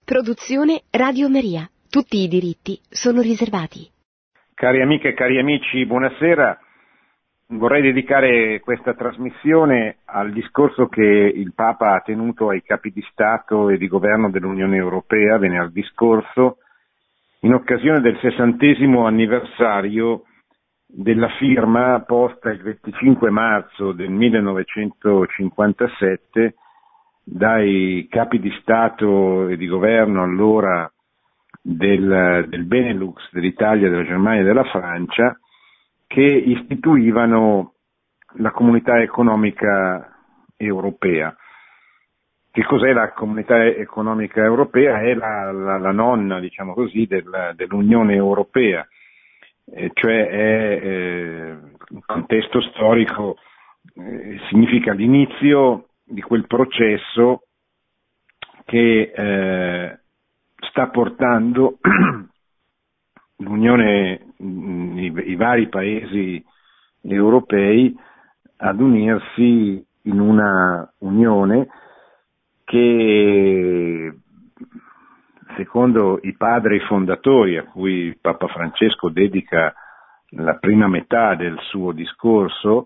Produzione Radio Maria. Tutti i diritti sono riservati. Cari amiche e cari amici, buonasera. Vorrei dedicare questa trasmissione al discorso che il Papa ha tenuto ai capi di Stato e di Governo dell'Unione Europea venerdì scorso, in occasione del 60° anniversario della firma posta il 25 marzo del 1957 dai capi di Stato e di Governo allora del Benelux, dell'Italia, della Germania e della Francia, che istituivano la Comunità Economica Europea. Che cos'è la Comunità Economica Europea? È la nonna, diciamo così, dell'Unione Europea, cioè è in contesto storico significa l'inizio di quel processo che sta portando l'Unione, i vari paesi europei ad unirsi in una unione che, secondo i padri fondatori a cui Papa Francesco dedica la prima metà del suo discorso,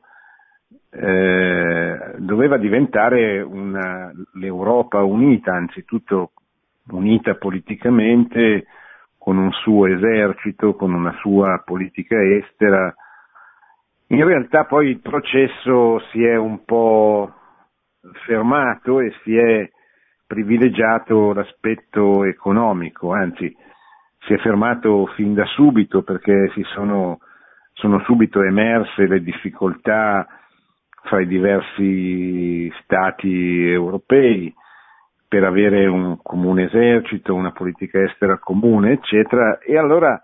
doveva diventare l'Europa unita, anzitutto unita politicamente, con un suo esercito, con una sua politica estera. In realtà poi il processo si è un po' fermato e si è privilegiato l'aspetto economico, anzi si è fermato fin da subito perché sono subito emerse le difficoltà fra i diversi stati europei per avere un comune esercito, una politica estera comune, eccetera, e allora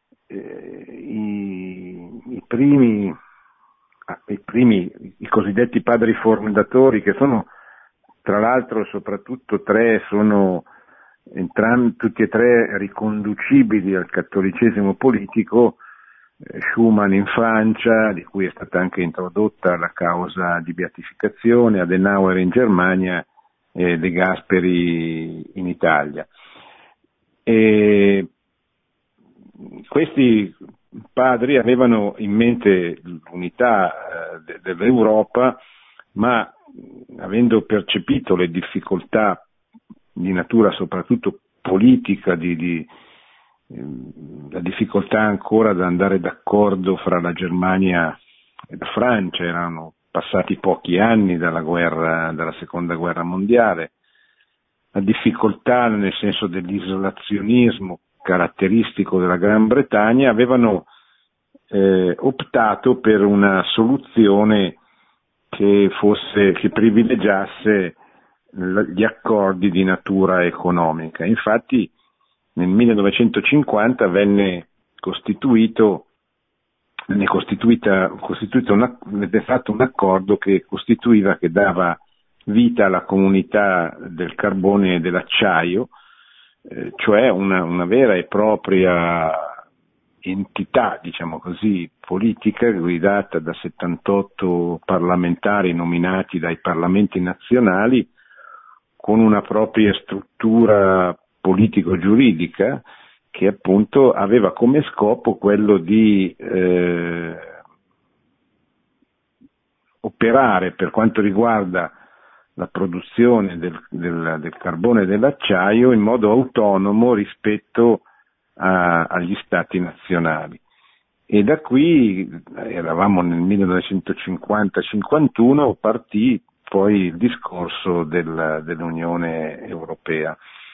i cosiddetti padri fondatori, che sono tra l'altro soprattutto tre, sono tutti e tre riconducibili al cattolicesimo politico, Schuman in Francia, di cui è stata anche introdotta la causa di beatificazione, Adenauer in Germania e De Gasperi in Italia. E questi padri avevano in mente l'unità dell'Europa, ma avendo percepito le difficoltà di natura soprattutto politica, la difficoltà ancora ad andare d'accordo fra la Germania e la Francia, erano passati pochi anni dalla seconda guerra mondiale, la difficoltà nel senso dell'isolazionismo caratteristico della Gran Bretagna, avevano optato per una soluzione che privilegiasse gli accordi di natura economica. Infatti nel 1950 venne fatto un accordo che dava vita alla comunità del carbone e dell'acciaio, cioè una vera e propria entità, diciamo così, politica, guidata da 78 parlamentari nominati dai parlamenti nazionali, con una propria struttura politico-giuridica che appunto aveva come scopo quello di operare per quanto riguarda la produzione del carbone e dell'acciaio in modo autonomo rispetto agli stati nazionali. E da qui, eravamo nel 1950-51, partì poi il discorso dell'Unione Europea,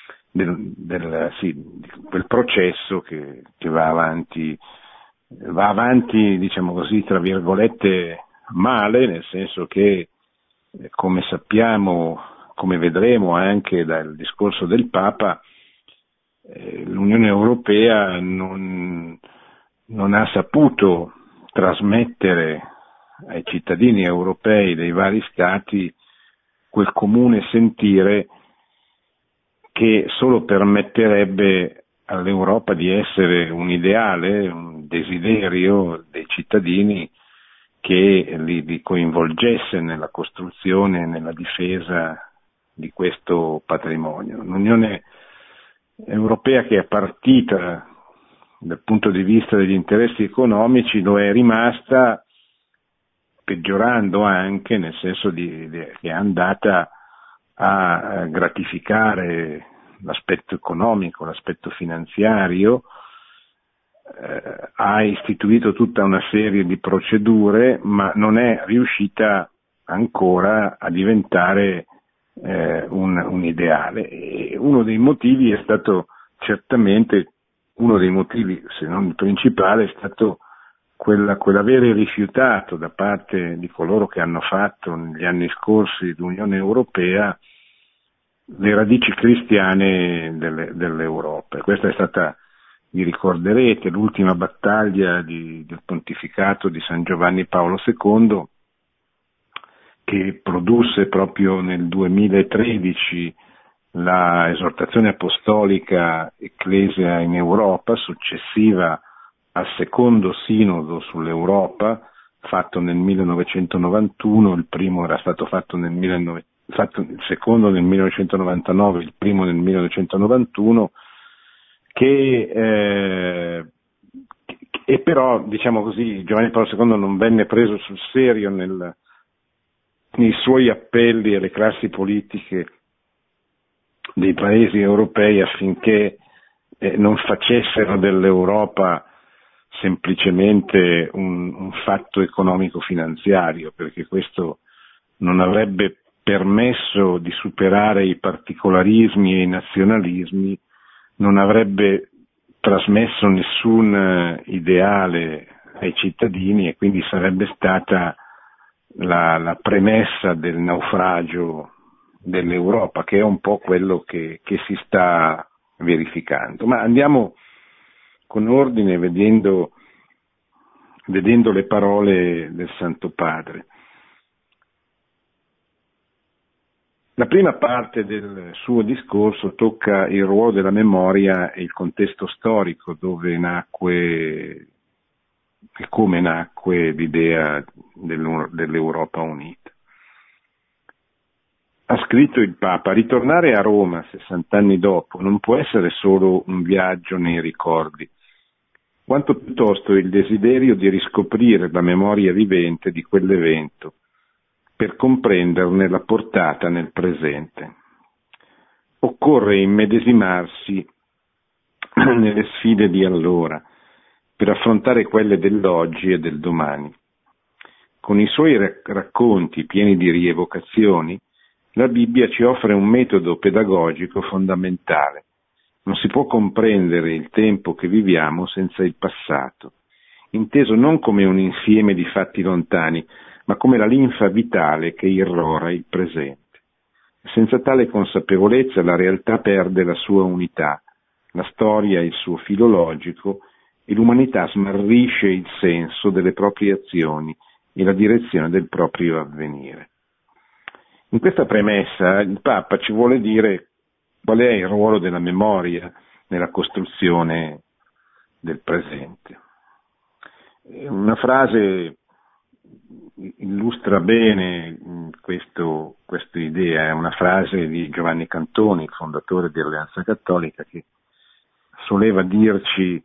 quel processo che va avanti, diciamo così, tra virgolette, male, nel senso che, come sappiamo, come vedremo anche dal discorso del Papa, l'Unione Europea non ha saputo trasmettere ai cittadini europei dei vari stati quel comune sentire che solo permetterebbe all'Europa di essere un ideale, un desiderio dei cittadini che li coinvolgesse nella costruzione e nella difesa di questo patrimonio. L'Unione europea che è partita dal punto di vista degli interessi economici, lo è rimasta peggiorando anche, nel senso che è andata a gratificare l'aspetto economico, l'aspetto finanziario, ha istituito tutta una serie di procedure, ma non è riuscita ancora a diventare un ideale. E uno dei motivi è stato certamente, uno dei motivi, se non il principale, è stato quell'avere rifiutato da parte di coloro che hanno fatto negli anni scorsi l'Unione Europea le radici cristiane dell'Europa. Questa è stata, vi ricorderete, l'ultima battaglia del pontificato di San Giovanni Paolo II, che produsse proprio nel 2013 la esortazione apostolica Ecclesia in Europa, successiva al secondo sinodo sull'Europa, fatto nel 1991, il primo era stato fatto il secondo nel 1999, il primo nel 1991, e però, diciamo così, Giovanni Paolo II non venne preso sul serio nei suoi appelli alle classi politiche dei paesi europei affinché non facessero dell'Europa semplicemente un fatto economico-finanziario, perché questo non avrebbe permesso di superare i particolarismi e i nazionalismi, non avrebbe trasmesso nessun ideale ai cittadini e quindi sarebbe stata la premessa del naufragio dell'Europa, che è un po' quello che si sta verificando. Ma andiamo con ordine vedendo le parole del Santo Padre. La prima parte del suo discorso tocca il ruolo della memoria e il contesto storico dove nacque e come nacque l'idea dell'Europa unita. Ha scritto il Papa: ritornare a Roma 60 anni dopo non può essere solo un viaggio nei ricordi, quanto piuttosto il desiderio di riscoprire la memoria vivente di quell'evento, per comprenderne la portata nel presente. Occorre immedesimarsi nelle sfide di allora, per affrontare quelle dell'oggi e del domani. Con i suoi racconti pieni di rievocazioni, la Bibbia ci offre un metodo pedagogico fondamentale. Non si può comprendere il tempo che viviamo senza il passato, inteso non come un insieme di fatti lontani, ma come la linfa vitale che irrora il presente. Senza tale consapevolezza la realtà perde la sua unità, la storia il suo filo logico e l'umanità smarrisce il senso delle proprie azioni e la direzione del proprio avvenire. In questa premessa il Papa ci vuole dire qual è il ruolo della memoria nella costruzione del presente. Una frase illustra bene questa idea, è una frase di Giovanni Cantoni, il fondatore di Alleanza Cattolica, che soleva dirci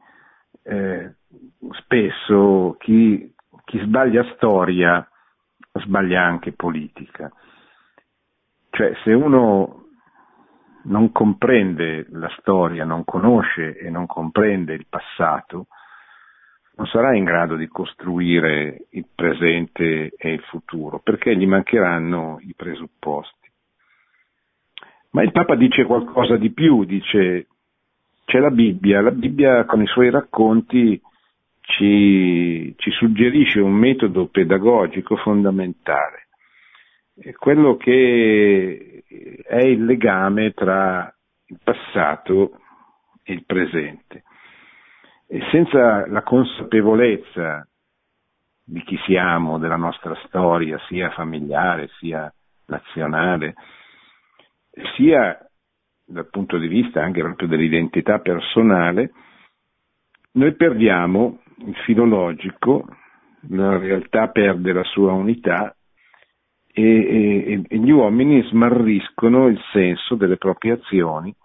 spesso chi sbaglia storia sbaglia anche politica. Cioè, se uno non comprende la storia, non conosce e non comprende il passato, non sarà in grado di costruire il presente e il futuro, perché gli mancheranno i presupposti. Ma il Papa dice qualcosa di più, dice: c'è la Bibbia con i suoi racconti ci suggerisce un metodo pedagogico fondamentale, quello che è il legame tra il passato e il presente. E senza la consapevolezza di chi siamo, della nostra storia, sia familiare, sia nazionale, sia dal punto di vista anche proprio dell'identità personale, noi perdiamo il filo logico, la realtà perde la sua unità e gli uomini smarriscono il senso delle proprie azioni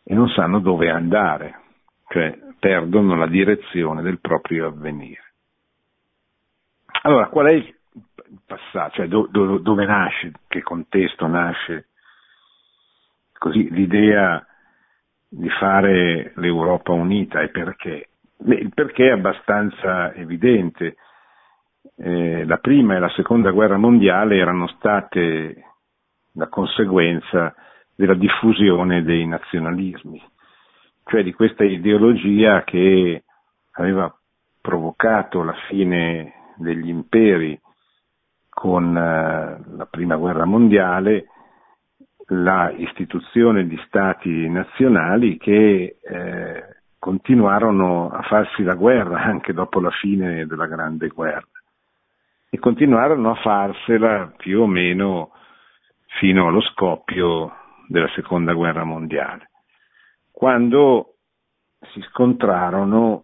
e non sanno dove andare, cioè perdono la direzione del proprio avvenire. Allora, qual è il passaggio, cioè dove nasce, che contesto nasce così l'idea di fare l'Europa unita e perché? Il perché è abbastanza evidente. La prima e la seconda guerra mondiale erano state la conseguenza della diffusione dei nazionalismi, cioè di questa ideologia che aveva provocato la fine degli imperi con la prima guerra mondiale, la istituzione di stati nazionali che continuarono a farsi la guerra anche dopo la fine della Grande Guerra e continuarono a farsela più o meno fino allo scoppio della Seconda Guerra Mondiale, quando si scontrarono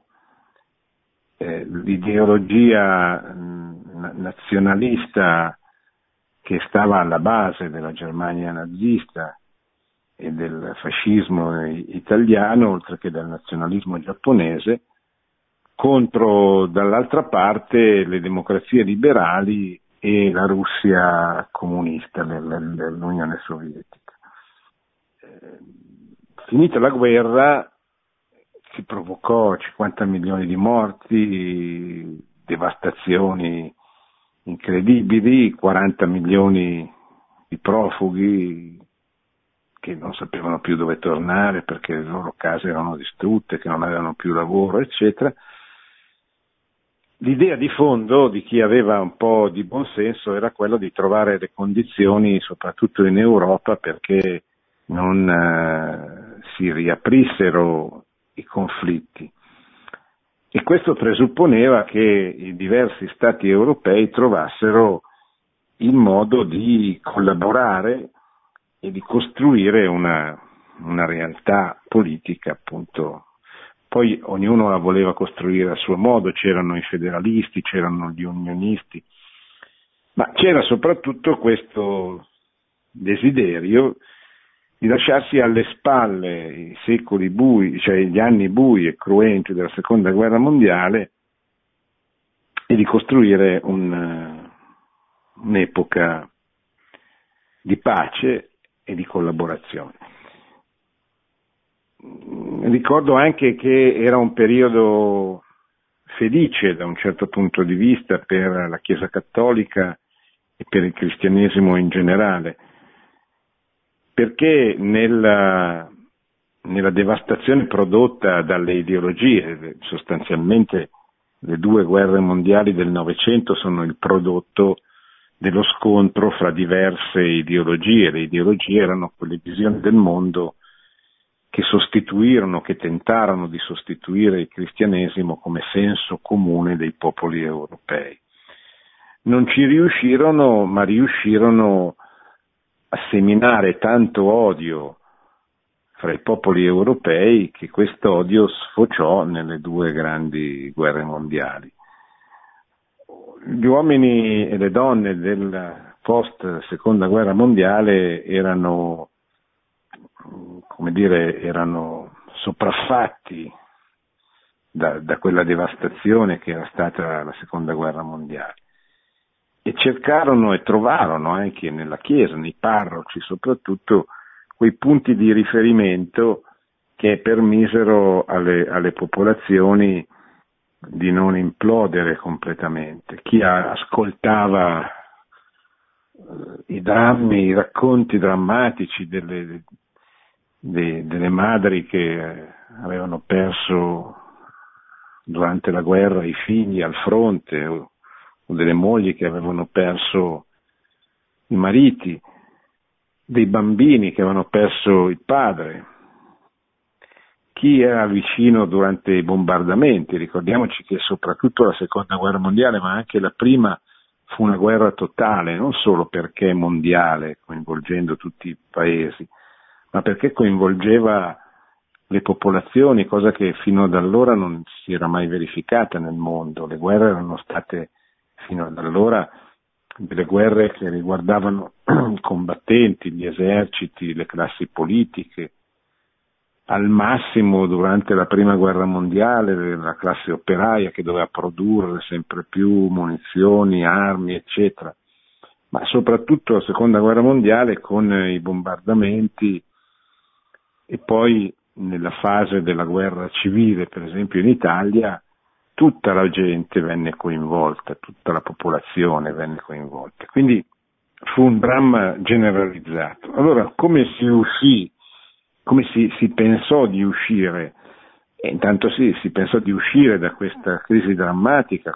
l'ideologia nazionalista che stava alla base della Germania nazista e del fascismo italiano, oltre che del nazionalismo giapponese, contro dall'altra parte le democrazie liberali e la Russia comunista dell'Unione Sovietica. Finita la guerra, si provocò 50 milioni di morti, devastazioni incredibili, 40 milioni di profughi che non sapevano più dove tornare perché le loro case erano distrutte, che non avevano più lavoro, eccetera. L'idea di fondo di chi aveva un po' di buonsenso era quella di trovare le condizioni, soprattutto in Europa, perché non si riaprissero i conflitti. E questo presupponeva che i diversi stati europei trovassero il modo di collaborare e di costruire una realtà politica, appunto. Poi ognuno la voleva costruire a suo modo, c'erano i federalisti, c'erano gli unionisti, ma c'era soprattutto questo desiderio di lasciarsi alle spalle i secoli bui, cioè gli anni bui e cruenti della Seconda Guerra Mondiale e di costruire un'epoca di pace e di collaborazione. Ricordo anche che era un periodo felice da un certo punto di vista per la Chiesa Cattolica e per il cristianesimo in generale, perché nella devastazione prodotta dalle ideologie, sostanzialmente le due guerre mondiali del Novecento sono il prodotto dello scontro fra diverse ideologie. Le ideologie erano quelle visioni del mondo che che tentarono di sostituire il cristianesimo come senso comune dei popoli europei. Non ci riuscirono, ma riuscirono a seminare tanto odio fra i popoli europei che questo odio sfociò nelle due grandi guerre mondiali. Gli uomini e le donne del post seconda guerra mondiale erano sopraffatti da quella devastazione che era stata la seconda guerra mondiale e cercarono e trovarono anche nella Chiesa, nei parroci soprattutto, quei punti di riferimento che permisero alle popolazioni di non implodere completamente. Chi ascoltava i drammi, i racconti drammatici delle madri che avevano perso durante la guerra i figli al fronte o delle mogli che avevano perso i mariti, dei bambini che avevano perso il padre, chi era vicino durante i bombardamenti. Ricordiamoci che soprattutto la seconda guerra mondiale, ma anche la prima, fu una guerra totale, non solo perché mondiale, coinvolgendo tutti i paesi, ma perché coinvolgeva le popolazioni, cosa che fino ad allora non si era mai verificata nel mondo. Le guerre erano state fino ad allora delle guerre che riguardavano i combattenti, gli eserciti, le classi politiche, al massimo durante la prima guerra mondiale, la classe operaia che doveva produrre sempre più munizioni, armi, eccetera, ma soprattutto la seconda guerra mondiale con i bombardamenti e poi nella fase della guerra civile, per esempio in Italia, tutta la gente venne coinvolta, tutta la popolazione venne coinvolta, quindi fu un dramma generalizzato. Allora, come si pensò di uscire? Intanto si pensò di uscire da questa crisi drammatica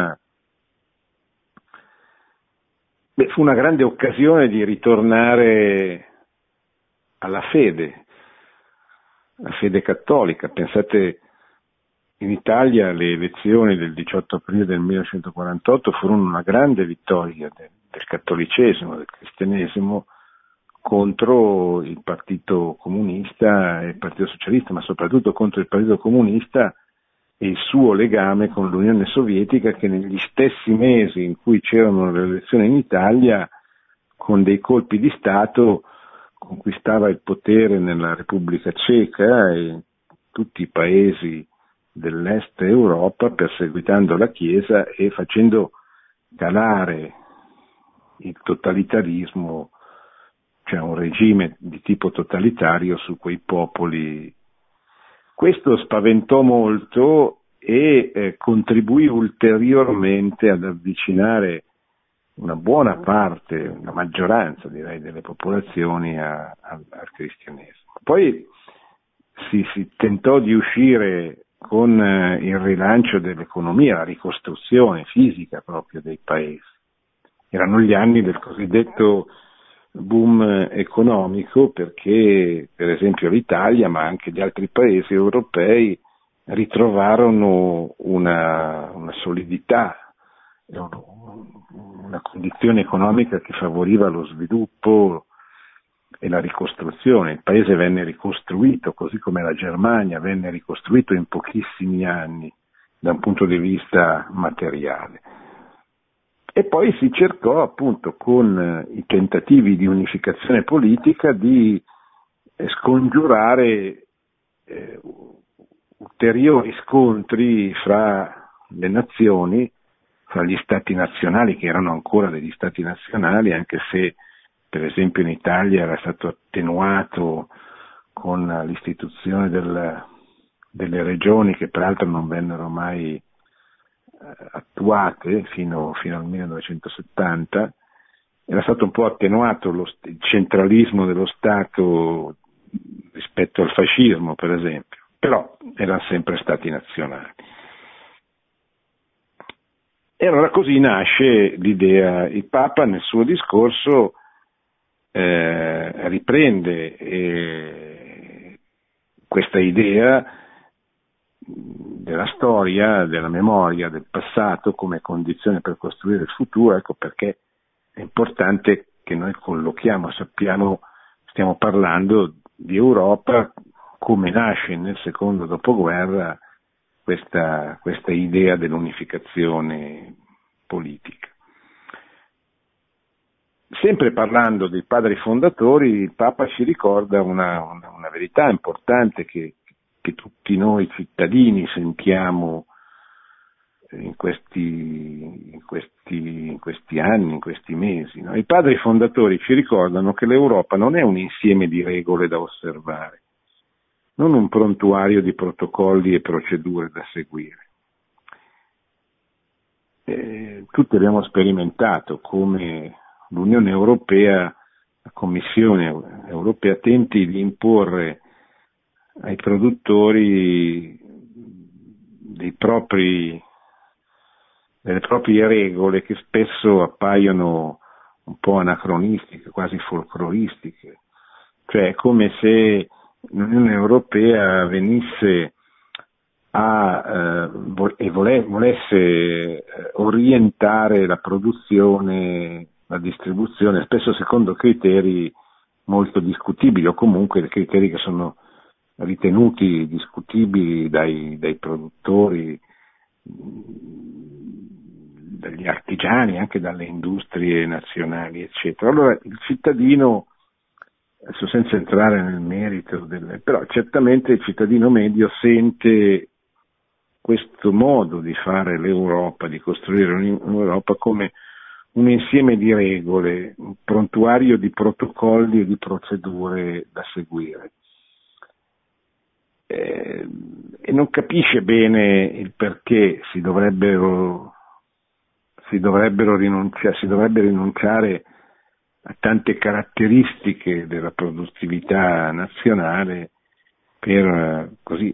fu una grande occasione di ritornare alla fede, la fede cattolica. Pensate, in Italia le elezioni del 18 aprile del 1948 furono una grande vittoria del cattolicesimo, del cristianesimo, contro il Partito Comunista e il Partito Socialista, ma soprattutto contro il Partito Comunista e il suo legame con l'Unione Sovietica, che negli stessi mesi in cui c'erano le elezioni in Italia, con dei colpi di Stato, conquistava il potere nella Repubblica Ceca e in tutti i paesi dell'est Europa, perseguitando la Chiesa e facendo calare il totalitarismo, cioè un regime di tipo totalitario su quei popoli. Questo spaventò molto e contribuì ulteriormente ad avvicinare una buona parte, una maggioranza direi delle popolazioni al cristianesimo. Poi si tentò di uscire con il rilancio dell'economia, la ricostruzione fisica proprio dei paesi. Erano gli anni del cosiddetto boom economico, perché per esempio l'Italia, ma anche gli altri paesi europei, ritrovarono una solidità, una condizione economica che favoriva lo sviluppo e la ricostruzione. Il paese venne ricostruito, così come la Germania venne ricostruito in pochissimi anni da un punto di vista materiale. E poi si cercò appunto con i tentativi di unificazione politica di scongiurare ulteriori scontri fra le nazioni, fra gli stati nazionali, che erano ancora degli stati nazionali, anche se per esempio in Italia era stato attenuato con l'istituzione delle regioni, che peraltro non vennero mai attuate fino al 1970, era stato un po' attenuato il centralismo dello Stato rispetto al fascismo, per esempio, però erano sempre stati nazionali. E allora così nasce l'idea. Il Papa nel suo discorso riprende questa idea della storia, della memoria, del passato come condizione per costruire il futuro. Ecco perché è importante che noi collochiamo, sappiamo, stiamo parlando di Europa, come nasce nel secondo dopoguerra questa idea dell'unificazione politica. Sempre parlando dei padri fondatori, il Papa ci ricorda una verità importante che tutti noi cittadini sentiamo in questi anni, in questi mesi, no? I padri fondatori ci ricordano che l'Europa non è un insieme di regole da osservare, non un prontuario di protocolli e procedure da seguire. Tutti abbiamo sperimentato come l'Unione Europea, la Commissione Europea tenti di imporre ai produttori delle proprie regole che spesso appaiono un po' anacronistiche, quasi folcloristiche. Cioè è come se l'Unione Europea venisse volesse orientare la produzione, la distribuzione, spesso secondo criteri molto discutibili, o comunque criteri che sono ritenuti discutibili dai produttori, dagli artigiani, anche dalle industrie nazionali, eccetera. Allora il cittadino adesso senza entrare nel merito, però certamente il cittadino medio sente questo modo di fare l'Europa, di costruire un'Europa come un insieme di regole, un prontuario di protocolli e di procedure da seguire. E non capisce bene il perché si dovrebbe rinunciare a tante caratteristiche della produttività nazionale per così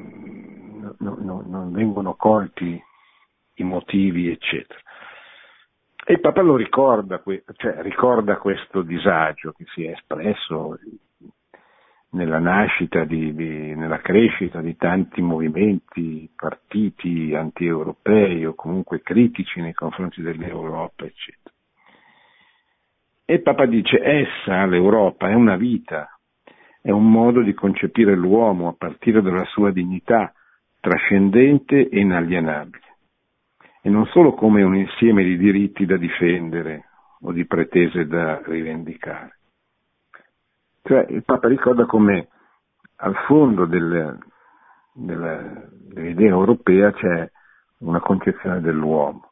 non vengono colti i motivi, eccetera. E il Papa lo ricorda, ricorda questo disagio che si è espresso nella nascita, nella crescita di tanti movimenti, partiti anti-europei o comunque critici nei confronti dell'Europa, eccetera. E il Papa dice: essa, l'Europa, è una vita, è un modo di concepire l'uomo a partire dalla sua dignità trascendente e inalienabile, e non solo come un insieme di diritti da difendere o di pretese da rivendicare. Cioè il Papa ricorda come al fondo dell'idea europea c'è una concezione dell'uomo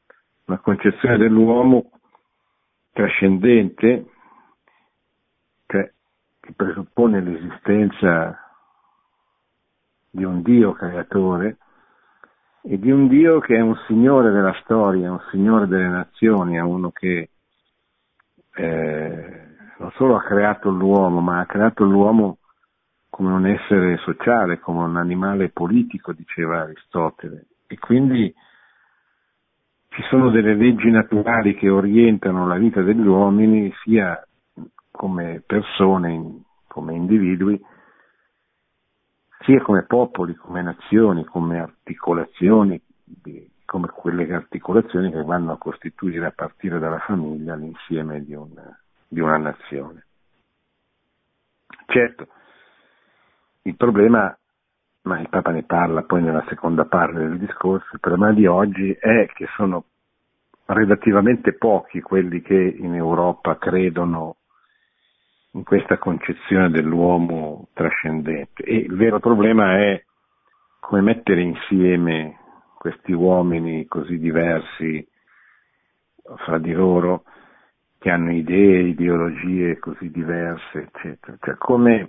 trascendente, cioè che presuppone l'esistenza di un Dio creatore e di un Dio che è un Signore della storia, un Signore delle nazioni, è uno che non solo ha creato l'uomo, ma ha creato l'uomo come un essere sociale, come un animale politico, diceva Aristotele. E quindi ci sono delle leggi naturali che orientano la vita degli uomini sia come persone, come individui, sia come popoli, come nazioni, come articolazioni, come quelle articolazioni che vanno a costituire a partire dalla famiglia l'insieme di una nazione. Certo, il problema, ma il Papa ne parla poi nella seconda parte del discorso, il problema di oggi è che sono relativamente pochi quelli che in Europa credono in questa concezione dell'uomo trascendente, e il vero problema è come mettere insieme questi uomini così diversi fra di loro, che hanno idee, ideologie così diverse, eccetera. Cioè come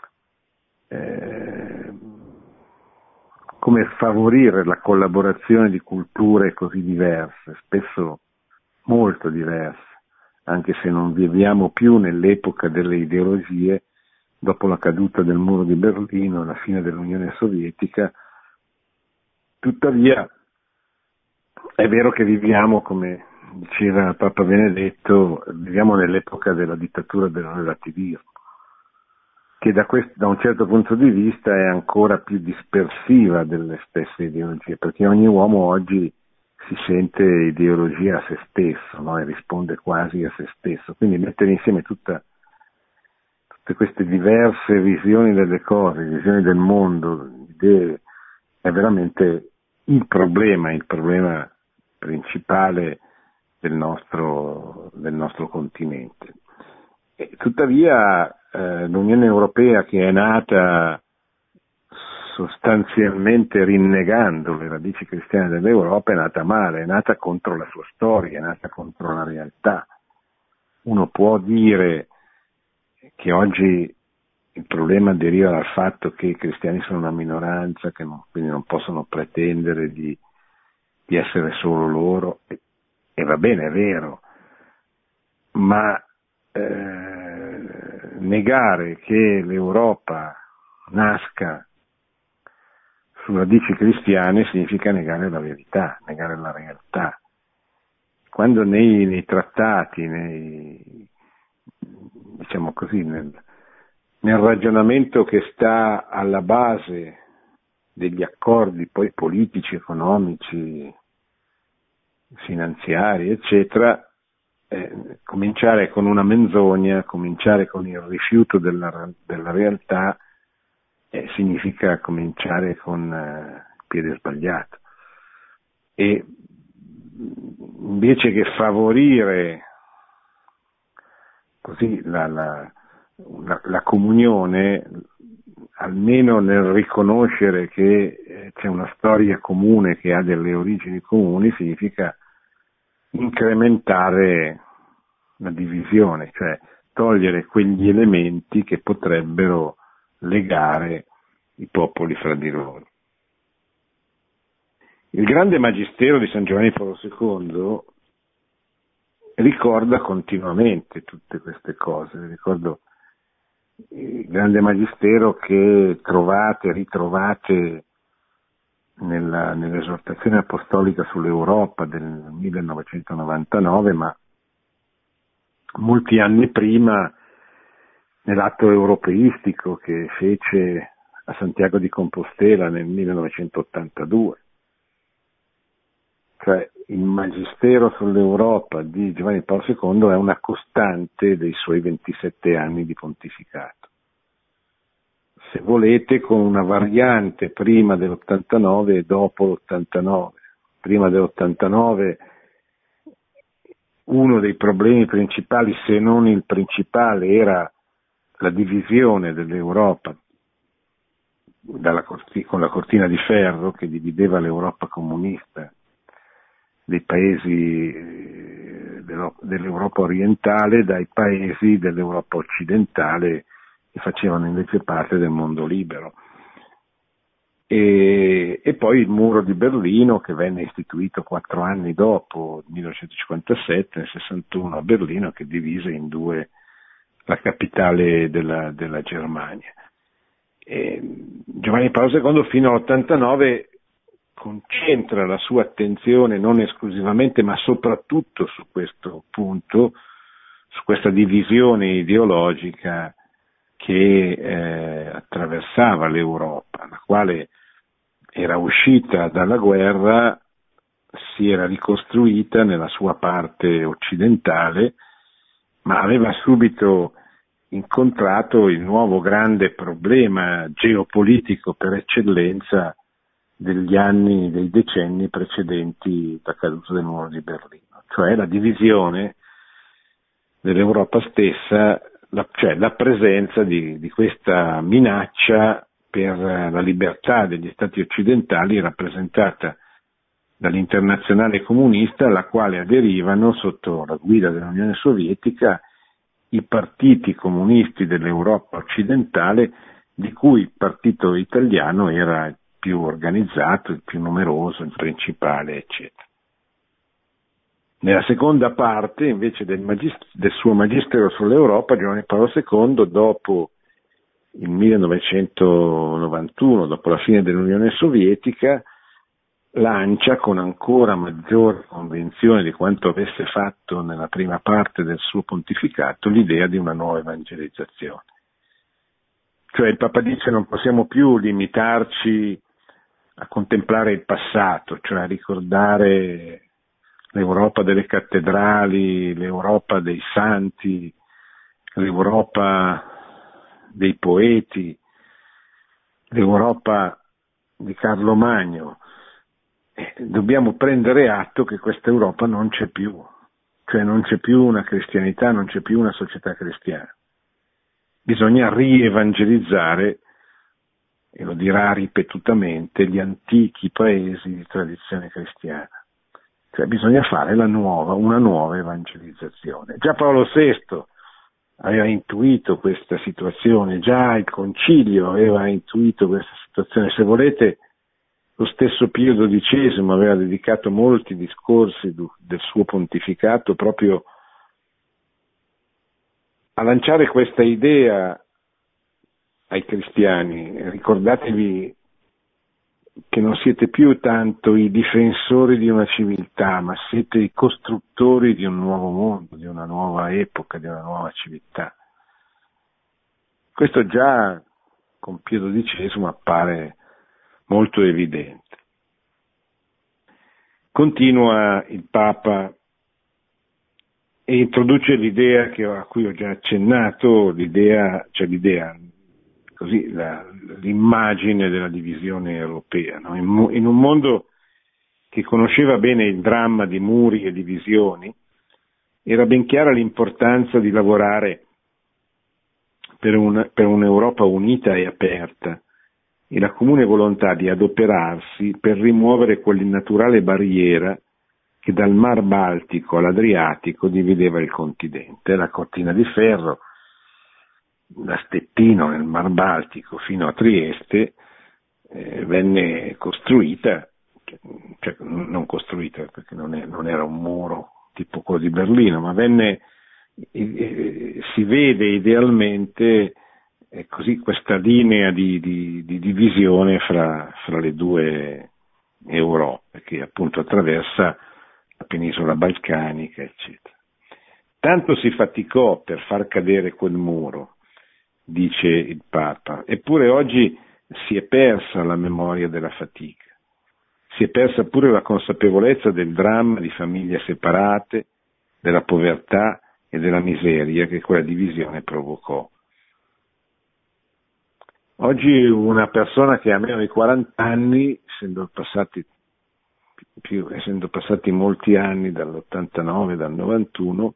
favorire la collaborazione di culture così diverse, spesso molto diverse, anche se non viviamo più nell'epoca delle ideologie, dopo la caduta del muro di Berlino e la fine dell'Unione Sovietica. Tuttavia è vero che viviamo, come diceva Papa Benedetto, viviamo nell'epoca della dittatura del relativismo, che da un certo punto di vista è ancora più dispersiva delle stesse ideologie, perché ogni uomo oggi si sente ideologia a se stesso, no? E risponde quasi a se stesso. Quindi mettere insieme tutte queste diverse visioni delle cose, visioni del mondo, idee, è veramente il problema principale del nostro continente. E tuttavia l'Unione Europea, che è nata sostanzialmente rinnegando le radici cristiane dell'Europa, è nata male, è nata contro la sua storia, è nata contro la realtà. Uno può dire che oggi il problema deriva dal fatto che i cristiani sono una minoranza, quindi non possono pretendere di essere solo loro, e va bene, è vero, ma negare che l'Europa nasca su radici cristiane significa negare la verità, negare la realtà. Quando nei trattati, diciamo così, nel ragionamento che sta alla base degli accordi poi politici, economici, finanziari, eccetera, cominciare con una menzogna, cominciare con il rifiuto della realtà, significa cominciare con il piede sbagliato. E invece che favorire così la la comunione, almeno nel riconoscere che c'è una storia comune che ha delle origini comuni, significa incrementare la divisione, cioè togliere quegli elementi che potrebbero legare i popoli fra di loro. Il grande magistero di San Giovanni Paolo II ricorda continuamente tutte queste cose. Ricordo il grande magistero che trovate, ritrovate nell'esortazione apostolica sull'Europa del 1999, ma molti anni prima nell'atto europeistico che fece a Santiago di Compostela nel 1982. Cioè il magistero sull'Europa di Giovanni Paolo II è una costante dei suoi 27 anni di pontificato. Se volete, con una variante prima dell'89 e dopo l'89. Prima dell'89 uno dei problemi principali, se non il principale, era la divisione dell'Europa con la cortina di ferro che divideva l'Europa comunista dei paesi dell'Europa orientale dai paesi dell'Europa occidentale che facevano invece parte del mondo libero. E poi il muro di Berlino, che venne istituito 4 anni dopo, 1957, nel 61 a Berlino, che divise in due la capitale della Germania. Giovanni Paolo II fino all'89 concentra la sua attenzione non esclusivamente ma soprattutto su questo punto, su questa divisione ideologica che attraversava l'Europa, la quale era uscita dalla guerra, si era ricostruita nella sua parte occidentale, ma aveva subito incontrato il nuovo grande problema geopolitico per eccellenza degli anni, dei decenni precedenti la caduta del muro di Berlino, cioè la divisione dell'Europa stessa, cioè la presenza di questa minaccia per la libertà degli stati occidentali rappresentata dall'Internazionale comunista, alla quale aderivano sotto la guida dell'Unione Sovietica i partiti comunisti dell'Europa occidentale, di cui il partito italiano era il più organizzato, il più numeroso, il principale, eccetera. Nella seconda parte, invece, del suo magistero sull'Europa, Giovanni Paolo II, dopo il 1991, dopo la fine dell'Unione Sovietica, lancia con ancora maggiore convinzione di quanto avesse fatto nella prima parte del suo pontificato l'idea di una nuova evangelizzazione. Cioè il Papa dice non possiamo più limitarci a contemplare il passato, cioè a ricordare l'Europa delle cattedrali, l'Europa dei santi, l'Europa dei poeti, l'Europa di Carlo Magno. Dobbiamo prendere atto che questa Europa non c'è più, cioè non c'è più una cristianità, non c'è più una società cristiana. Bisogna rievangelizzare, e lo dirà ripetutamente, gli antichi paesi di tradizione cristiana. Cioè bisogna fare una nuova evangelizzazione. Già Paolo VI aveva intuito questa situazione, già il Concilio aveva intuito questa situazione. Se volete, lo stesso Pio XII aveva dedicato molti discorsi del suo pontificato proprio a lanciare questa idea ai cristiani. Ricordatevi che non siete più tanto i difensori di una civiltà, ma siete i costruttori di un nuovo mondo, di una nuova epoca, di una nuova civiltà. Questo già con Pio XII appare molto evidente. Continua il Papa e introduce l'idea a cui ho già accennato, l'immagine della divisione europea, no? In un mondo che conosceva bene il dramma di muri e divisioni, era ben chiara l'importanza di lavorare per un'Europa unita e aperta e la comune volontà di adoperarsi per rimuovere quell'innaturale barriera che dal Mar Baltico all'Adriatico divideva il continente. La cortina di ferro da Stettino nel Mar Baltico fino a Trieste venne costruita, cioè non costruita perché non era un muro tipo quello di Berlino, ma si vede idealmente così questa linea di divisione fra le due Europe, che appunto attraversa la penisola balcanica, eccetera. Tanto si faticò per far cadere quel muro, dice il Papa, eppure oggi si è persa la memoria della fatica. Si è persa pure la consapevolezza del dramma di famiglie separate, della povertà e della miseria che quella divisione provocò. Oggi una persona che ha meno di 40 anni, essendo passati molti anni dall'89, dal 91,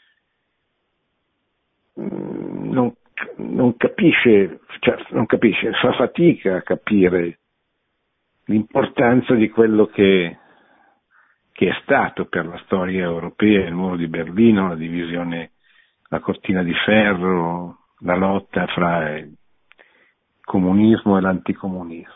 non capisce, fa fatica a capire l'importanza di quello che è stato per la storia europea il muro di Berlino, la divisione, la cortina di ferro, la lotta fra il comunismo e l'anticomunismo.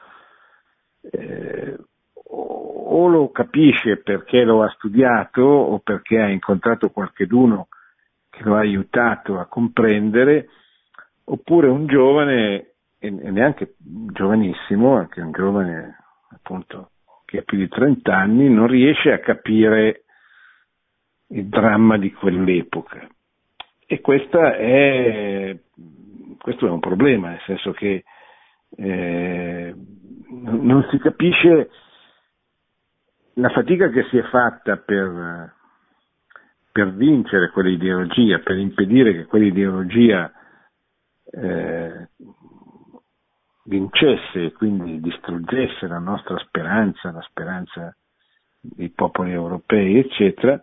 O lo capisce perché lo ha studiato o perché ha incontrato qualcheduno che lo ha aiutato a comprendere, oppure un giovane, e neanche giovanissimo, anche un giovane appunto che ha più di 30 anni, non riesce a capire il dramma di quell'epoca. E questo è un problema, nel senso che non si capisce la fatica che si è fatta per vincere quell'ideologia, per impedire che quell'ideologia vincesse e quindi distruggesse la nostra speranza, la speranza dei popoli europei, eccetera.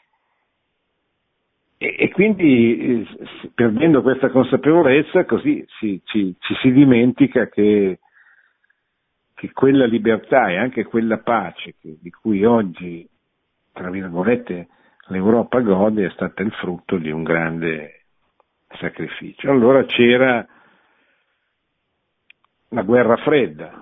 E quindi perdendo questa consapevolezza così ci si dimentica che quella libertà e anche quella pace di cui oggi, tra virgolette, l'Europa gode è stata il frutto di un grande sacrificio. Allora c'era la guerra fredda.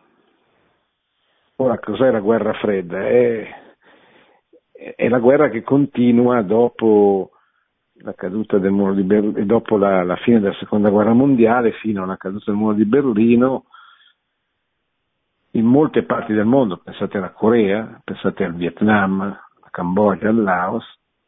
Ora, cos'è la guerra fredda? È la guerra che continua dopo la caduta del muro di Berlino, dopo la fine della seconda guerra mondiale, fino alla caduta del muro di Berlino, in molte parti del mondo. Pensate alla Corea, pensate al Vietnam, alla Cambogia, al Laos,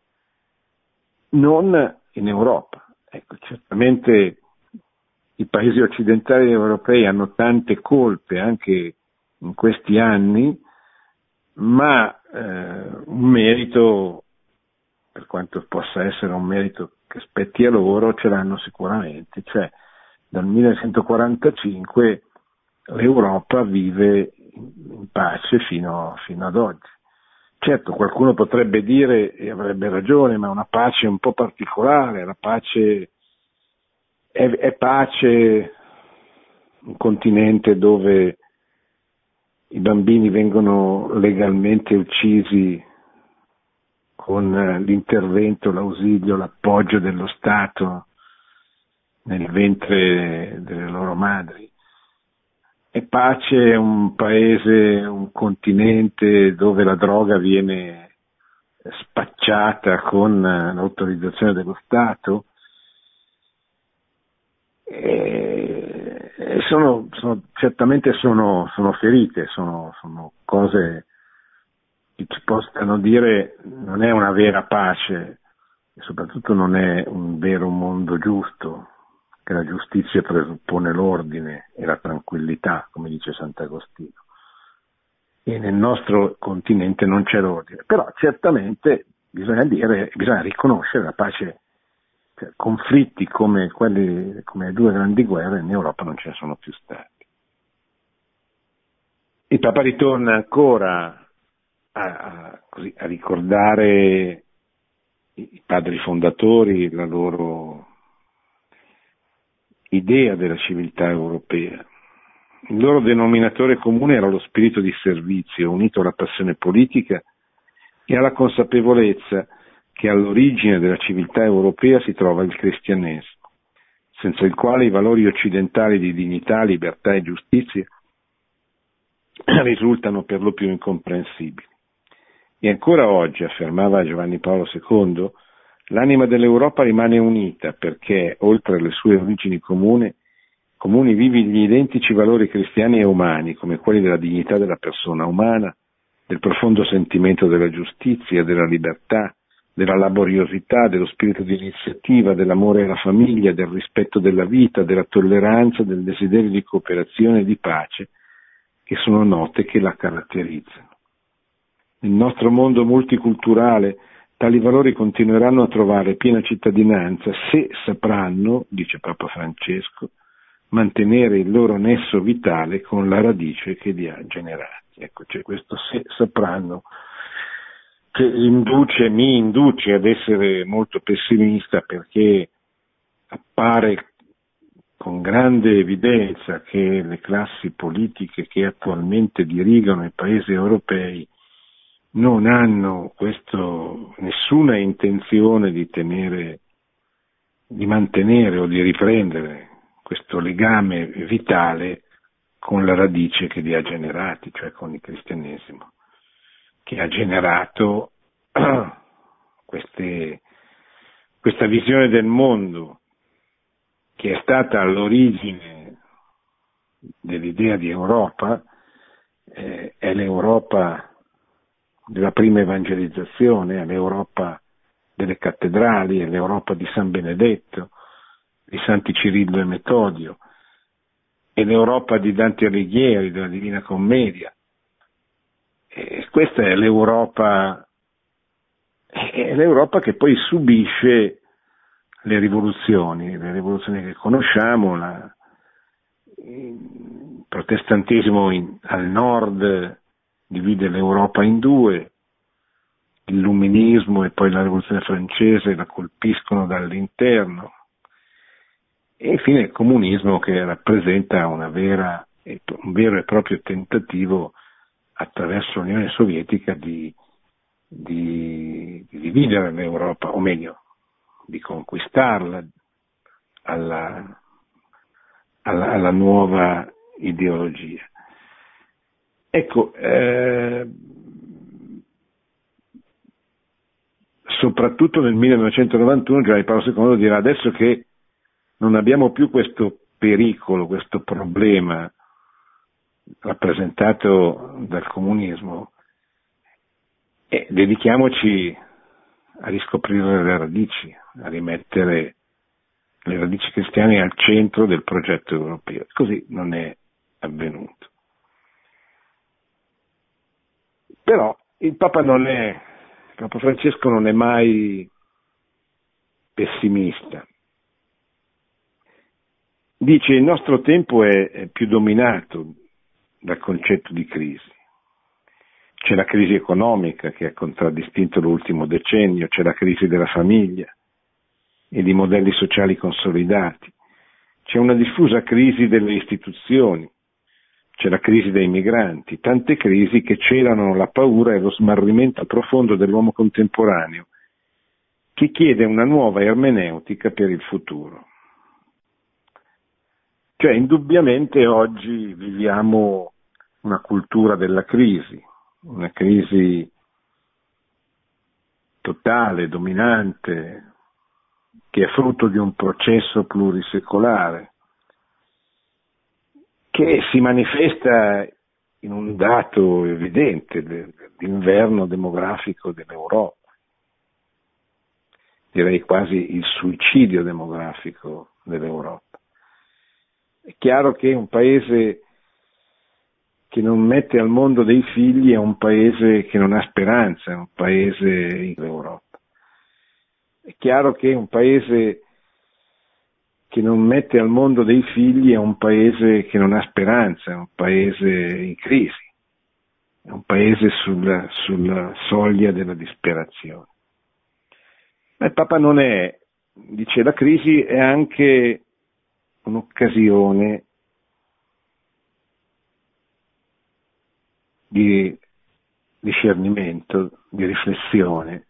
non in Europa. Ecco, certamente i paesi occidentali europei hanno tante colpe anche in questi anni, ma un merito, per quanto possa essere un merito che spetti a loro, ce l'hanno sicuramente. Cioè, dal 1945 l'Europa vive in pace fino ad oggi. Certo, qualcuno potrebbe dire, e avrebbe ragione, ma una pace un po' particolare, la pace è pace un continente dove i bambini vengono legalmente uccisi con l'intervento, l'ausilio, l'appoggio dello Stato nel ventre delle loro madri. È pace un paese, un continente dove la droga viene spacciata con l'autorizzazione dello Stato. Certamente sono ferite, sono cose che ci possano dire non è una vera pace e soprattutto non è un vero mondo giusto, che la giustizia presuppone l'ordine e la tranquillità, come dice Sant'Agostino. E nel nostro continente non c'è l'ordine, però certamente bisogna riconoscere la pace. Cioè, conflitti come quelli, come le due grandi guerre in Europa non ce ne sono più stati. Il Papa ritorna ancora a ricordare i padri fondatori, la loro idea della civiltà europea. Il loro denominatore comune era lo spirito di servizio, unito alla passione politica e alla consapevolezza che all'origine della civiltà europea si trova il cristianesimo, senza il quale i valori occidentali di dignità, libertà e giustizia risultano per lo più incomprensibili. E ancora oggi, affermava Giovanni Paolo II, l'anima dell'Europa rimane unita perché, oltre alle sue origini comuni vivi gli identici valori cristiani e umani, come quelli della dignità della persona umana, del profondo sentimento della giustizia, della libertà, della laboriosità, dello spirito di iniziativa, dell'amore alla famiglia, del rispetto della vita, della tolleranza, del desiderio di cooperazione e di pace, che sono note che la caratterizzano. Nel nostro mondo multiculturale tali valori continueranno a trovare piena cittadinanza se sapranno, dice Papa Francesco, mantenere il loro nesso vitale con la radice che li ha generati. Ecco, c'è questo se sapranno che mi induce ad essere molto pessimista, perché appare con grande evidenza che le classi politiche che attualmente dirigono i paesi europei non hanno nessuna intenzione di mantenere o di riprendere questo legame vitale con la radice che li ha generati, cioè con il cristianesimo, che ha generato questa visione del mondo che è stata all'origine dell'idea di Europa, è l'Europa della prima evangelizzazione, è l'Europa delle cattedrali, è l'Europa di San Benedetto, di Santi Cirillo e Metodio, è l'Europa di Dante Alighieri, della Divina Commedia. E questa è l'Europa che poi subisce le rivoluzioni che conosciamo, il protestantesimo al nord divide l'Europa in due, l'illuminismo e poi la rivoluzione francese la colpiscono dall'interno, e infine il comunismo, che rappresenta un vero e proprio tentativo attraverso l'Unione Sovietica di dividere l'Europa, o meglio, di conquistarla alla nuova ideologia. Ecco, soprattutto nel 1991 Giovanni Paolo II dirà: adesso che non abbiamo più questo pericolo, questo problema rappresentato dal comunismo, dedichiamoci a riscoprire le radici, a rimettere le radici cristiane al centro del progetto europeo. Così non è avvenuto. Però Papa Francesco non è mai pessimista. Dice: il nostro tempo è più dominato dal concetto di crisi. C'è la crisi economica che ha contraddistinto l'ultimo decennio, c'è la crisi della famiglia e di modelli sociali consolidati, c'è una diffusa crisi delle istituzioni, c'è la crisi dei migranti, tante crisi che celano la paura e lo smarrimento profondo dell'uomo contemporaneo, che chiede una nuova ermeneutica per il futuro. Cioè, indubbiamente oggi viviamo una cultura della crisi, una crisi totale, dominante, che è frutto di un processo plurisecolare, che si manifesta in un dato evidente, l'inverno demografico dell'Europa, direi quasi il suicidio demografico dell'Europa. È chiaro che un paese che non mette al mondo dei figli è un paese che non ha speranza, è un paese in Europa. È chiaro che un paese che non mette al mondo dei figli è un paese che non ha speranza, è un paese in crisi, è un paese sulla soglia della disperazione. Ma il Papa non è, dice, la crisi è anche un'occasione di discernimento, di riflessione,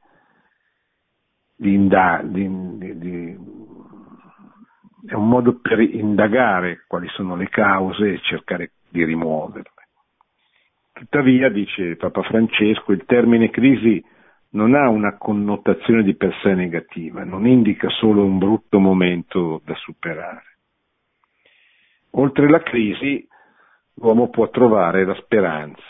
è un modo per indagare quali sono le cause e cercare di rimuoverle. Tuttavia, dice Papa Francesco, il termine crisi non ha una connotazione di per sé negativa, non indica solo un brutto momento da superare. Oltre la crisi, l'uomo può trovare la speranza.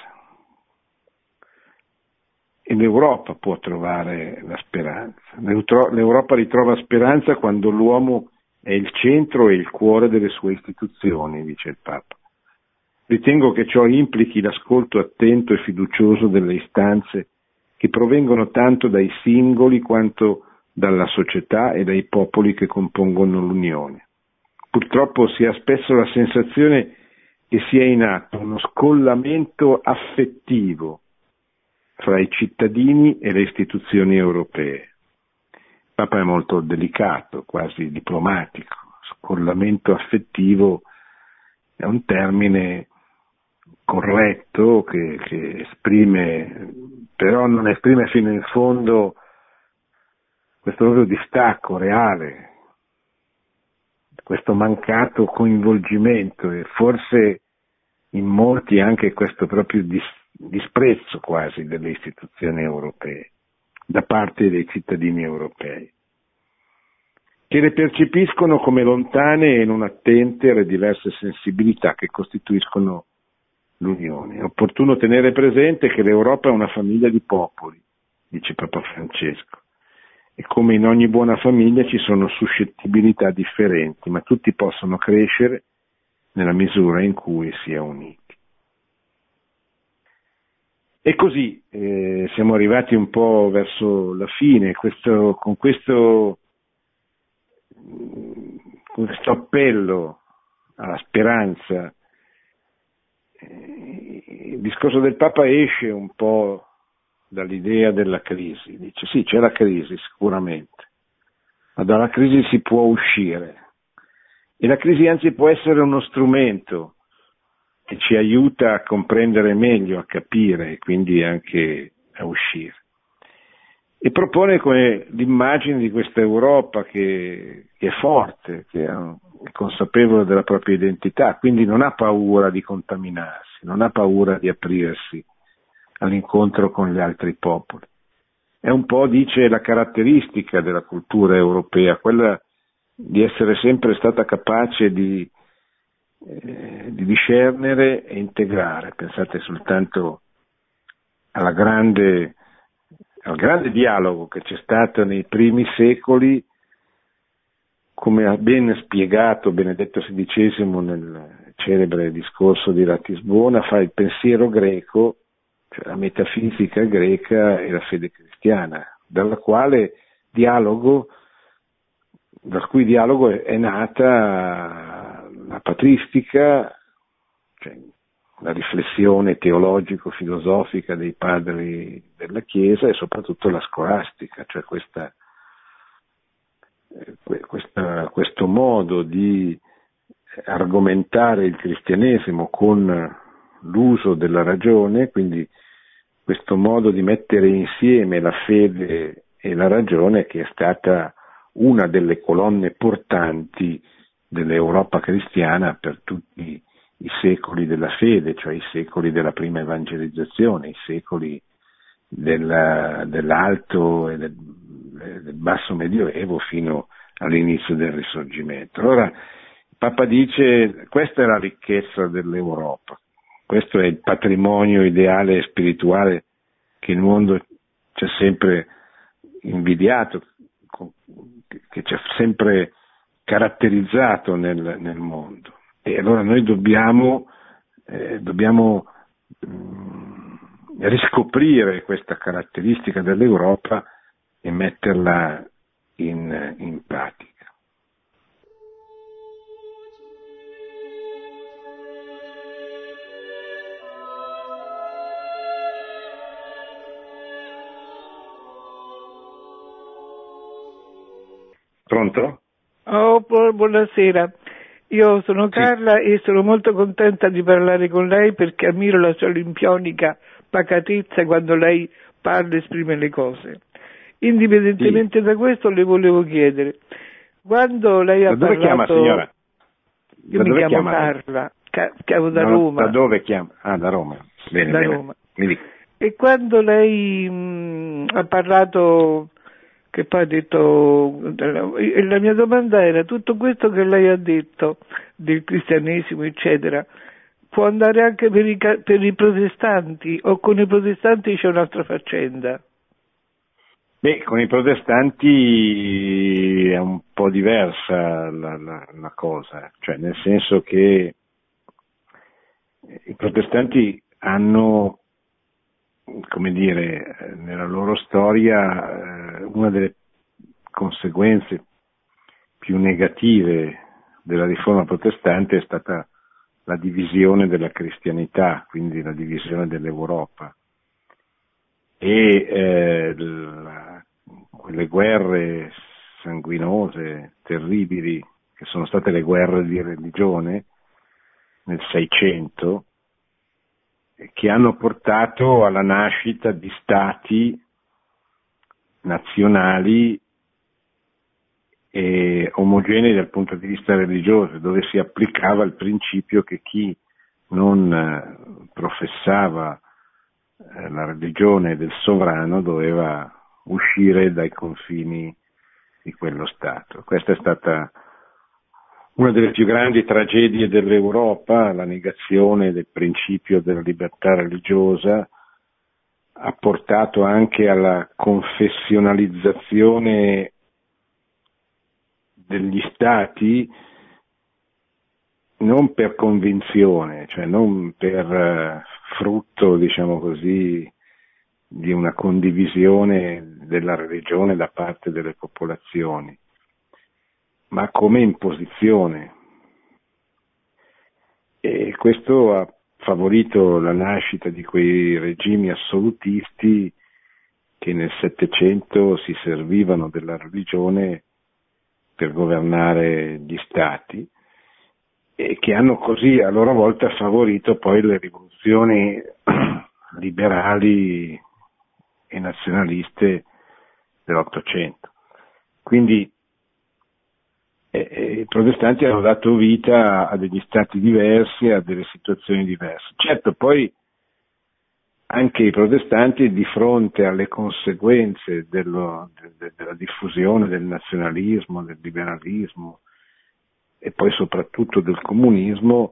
E l'Europa può trovare la speranza. L'Europa ritrova speranza quando l'uomo è il centro e il cuore delle sue istituzioni, dice il Papa. Ritengo che ciò implichi l'ascolto attento e fiducioso delle istanze che provengono tanto dai singoli quanto dalla società e dai popoli che compongono l'Unione. Purtroppo si ha spesso la sensazione che sia in atto uno scollamento affettivo fra i cittadini e le istituzioni europee. Il Papa è molto delicato, quasi diplomatico. Scollamento affettivo è un termine corretto che esprime, però non esprime fino in fondo questo proprio distacco reale, questo mancato coinvolgimento e forse in molti anche questo proprio disprezzo quasi delle istituzioni europee da parte dei cittadini europei, che le percepiscono come lontane e non attente alle diverse sensibilità che costituiscono l'Unione. È opportuno tenere presente che l'Europa è una famiglia di popoli, dice Papa Francesco, e come in ogni buona famiglia ci sono suscettibilità differenti, ma tutti possono crescere nella misura in cui si è uniti. E così siamo arrivati un po' verso la fine, con questo appello alla speranza. Il discorso del Papa esce un po' dall'idea della crisi, dice sì, c'è la crisi sicuramente, ma dalla crisi si può uscire e la crisi anzi può essere uno strumento che ci aiuta a comprendere meglio, a capire e quindi anche a uscire. E propone come l'immagine di questa Europa che è forte, che è consapevole della propria identità, quindi non ha paura di contaminarsi, non ha paura di aprirsi all'incontro con gli altri popoli. È un po', dice, la caratteristica della cultura europea, quella di essere sempre stata capace di discernere e integrare. Pensate soltanto al grande dialogo che c'è stato nei primi secoli, come ha ben spiegato Benedetto XVI nel celebre discorso di Ratisbona, fra il pensiero greco, cioè la metafisica greca, e la fede cristiana, dal cui dialogo è nata la patristica, cioè la riflessione teologico-filosofica dei padri della Chiesa, e soprattutto la scolastica, cioè questo modo di argomentare il cristianesimo con l'uso della ragione, quindi questo modo di mettere insieme la fede e la ragione, che è stata una delle colonne portanti dell'Europa cristiana per tutti i secoli della fede, cioè i secoli della prima evangelizzazione, i secoli dell'alto e del basso medioevo fino all'inizio del Risorgimento. Allora il Papa dice: questa è la ricchezza dell'Europa, questo è il patrimonio ideale e spirituale che il mondo ci ha sempre invidiato, che ci ha sempre caratterizzato nel mondo. E allora noi dobbiamo riscoprire questa caratteristica dell'Europa e metterla in pratica. Pronto? Oh, buonasera. Io sono Sì. Carla e sono molto contenta di parlare con lei perché ammiro la sua olimpionica pacatezza quando lei parla e esprime le cose. Indipendentemente da questo le volevo chiedere, quando lei ha Da dove chiama, signora? parlato, io Da mi dove chiamo chiama lei? Carla, chiamo da No, da Roma, dove chiama? Ah, da Roma. Bene, da bene. Roma. Mi dica. E quando lei ha parlato, che poi ha detto, e la mia domanda era, tutto questo che lei ha detto del cristianesimo, eccetera, può andare anche per i protestanti o con i protestanti c'è un'altra faccenda? Beh, con i protestanti è un po' diversa la cosa, cioè nel senso che i protestanti hanno, come dire, nella loro storia una delle conseguenze più negative della riforma protestante è stata la divisione della cristianità, quindi la divisione dell'Europa. E quelle guerre sanguinose, terribili, che sono state le guerre di religione nel Seicento, che hanno portato alla nascita di stati nazionali e omogenei dal punto di vista religioso, dove si applicava il principio che chi non professava la religione del sovrano doveva uscire dai confini di quello Stato. Questa è stata una delle più grandi tragedie dell'Europa, la negazione del principio della libertà religiosa ha portato anche alla confessionalizzazione degli Stati, non per convinzione, cioè non per frutto, diciamo così, di una condivisione della religione da parte delle popolazioni, ma come imposizione. E questo ha favorito la nascita di quei regimi assolutisti che nel Settecento si servivano della religione per governare gli stati e che hanno così a loro volta favorito poi le rivoluzioni liberali e nazionaliste dell'Ottocento. Quindi i protestanti hanno dato vita a degli stati diversi, a delle situazioni diverse. Certo, poi anche i protestanti, di fronte alle conseguenze della diffusione del nazionalismo, del liberalismo e poi soprattutto del comunismo,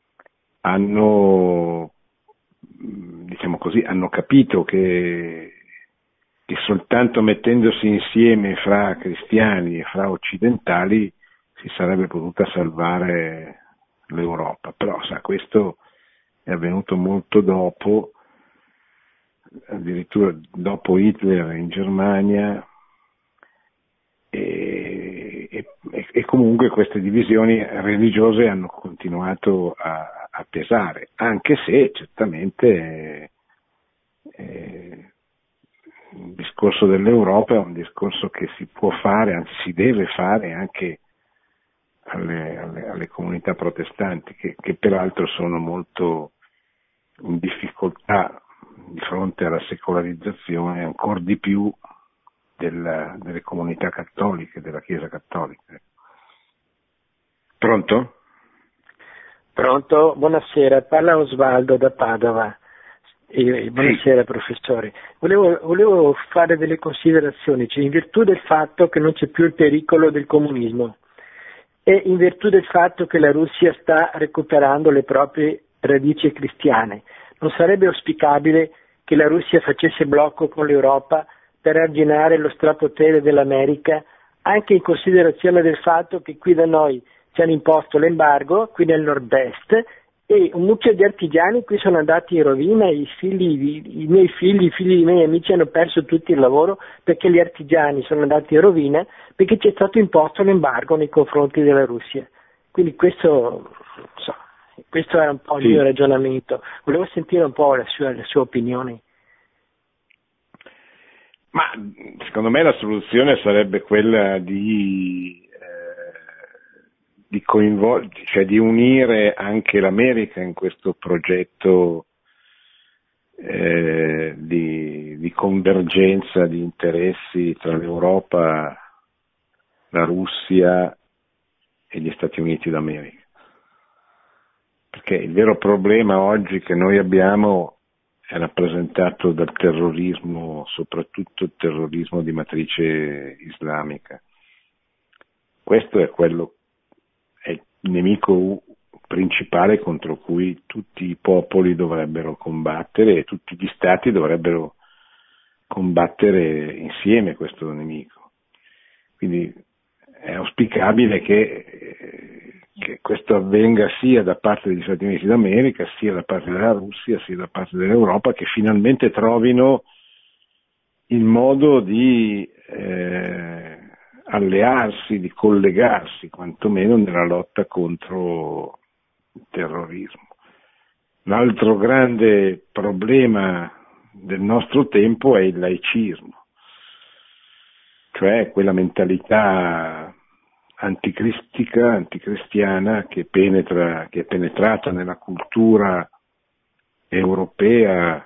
hanno, diciamo così, hanno capito che soltanto mettendosi insieme fra cristiani e fra occidentali si sarebbe potuta salvare l'Europa. Però, sa, questo è avvenuto molto dopo, addirittura dopo Hitler in Germania, e comunque queste divisioni religiose hanno continuato a pesare, anche se certamente il discorso dell'Europa è un discorso che si può fare, anzi si deve fare anche alle comunità protestanti, che peraltro sono molto in difficoltà di fronte alla secolarizzazione, ancora di più delle comunità cattoliche, della Chiesa cattolica. Pronto? Pronto? Buonasera, parla Osvaldo da Padova. Buonasera, sì. Professore. Volevo fare delle considerazioni, cioè in virtù del fatto che non c'è più il pericolo del comunismo e in virtù del fatto che la Russia sta recuperando le proprie radici cristiane. Non sarebbe auspicabile che la Russia facesse blocco con l'Europa per arginare lo strapotere dell'America, anche in considerazione del fatto che qui da noi ci hanno imposto l'embargo, qui nel nord-est, e un mucchio di artigiani qui sono andati in rovina, i miei figli, i figli dei miei amici hanno perso tutto il lavoro perché gli artigiani sono andati in rovina perché c'è stato imposto l'embargo nei confronti della Russia. Quindi questo era un po' il mio ragionamento. Volevo sentire un po' la sua opinione. Ma secondo me la soluzione sarebbe quella di cioè di unire anche l'America in questo progetto di convergenza di interessi tra l'Europa, la Russia e gli Stati Uniti d'America. Perché il vero problema oggi che noi abbiamo è rappresentato dal terrorismo, soprattutto il terrorismo di matrice islamica. Questo è il nemico principale contro cui tutti i popoli dovrebbero combattere e tutti gli stati dovrebbero combattere insieme questo nemico. Quindi è auspicabile che questo avvenga sia da parte degli Stati Uniti d'America, sia da parte della Russia, sia da parte dell'Europa, che finalmente trovino il modo di allearsi, di collegarsi, quantomeno nella lotta contro il terrorismo. L'altro grande problema del nostro tempo è il laicismo, cioè quella mentalità anticristiana che è penetrata nella cultura europea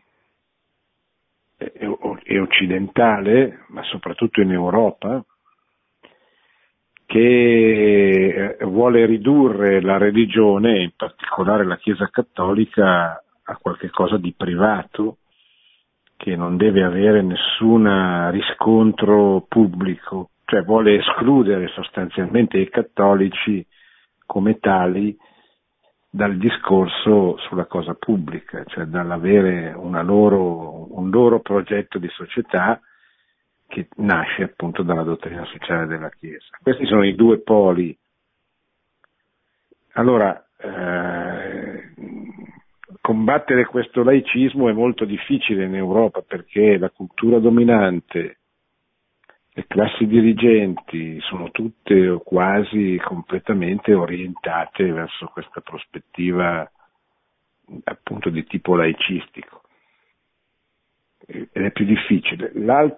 e occidentale, ma soprattutto in Europa, che vuole ridurre la religione, in particolare la Chiesa cattolica, a qualche cosa di privato, che non deve avere nessun riscontro pubblico, cioè vuole escludere sostanzialmente i cattolici come tali dal discorso sulla cosa pubblica, cioè dall'avere un loro progetto di società che nasce appunto dalla dottrina sociale della Chiesa. Questi sono i due poli. Allora, combattere questo laicismo è molto difficile in Europa perché la cultura dominante, le classi dirigenti sono tutte o quasi completamente orientate verso questa prospettiva appunto di tipo laicistico. Ed è più difficile.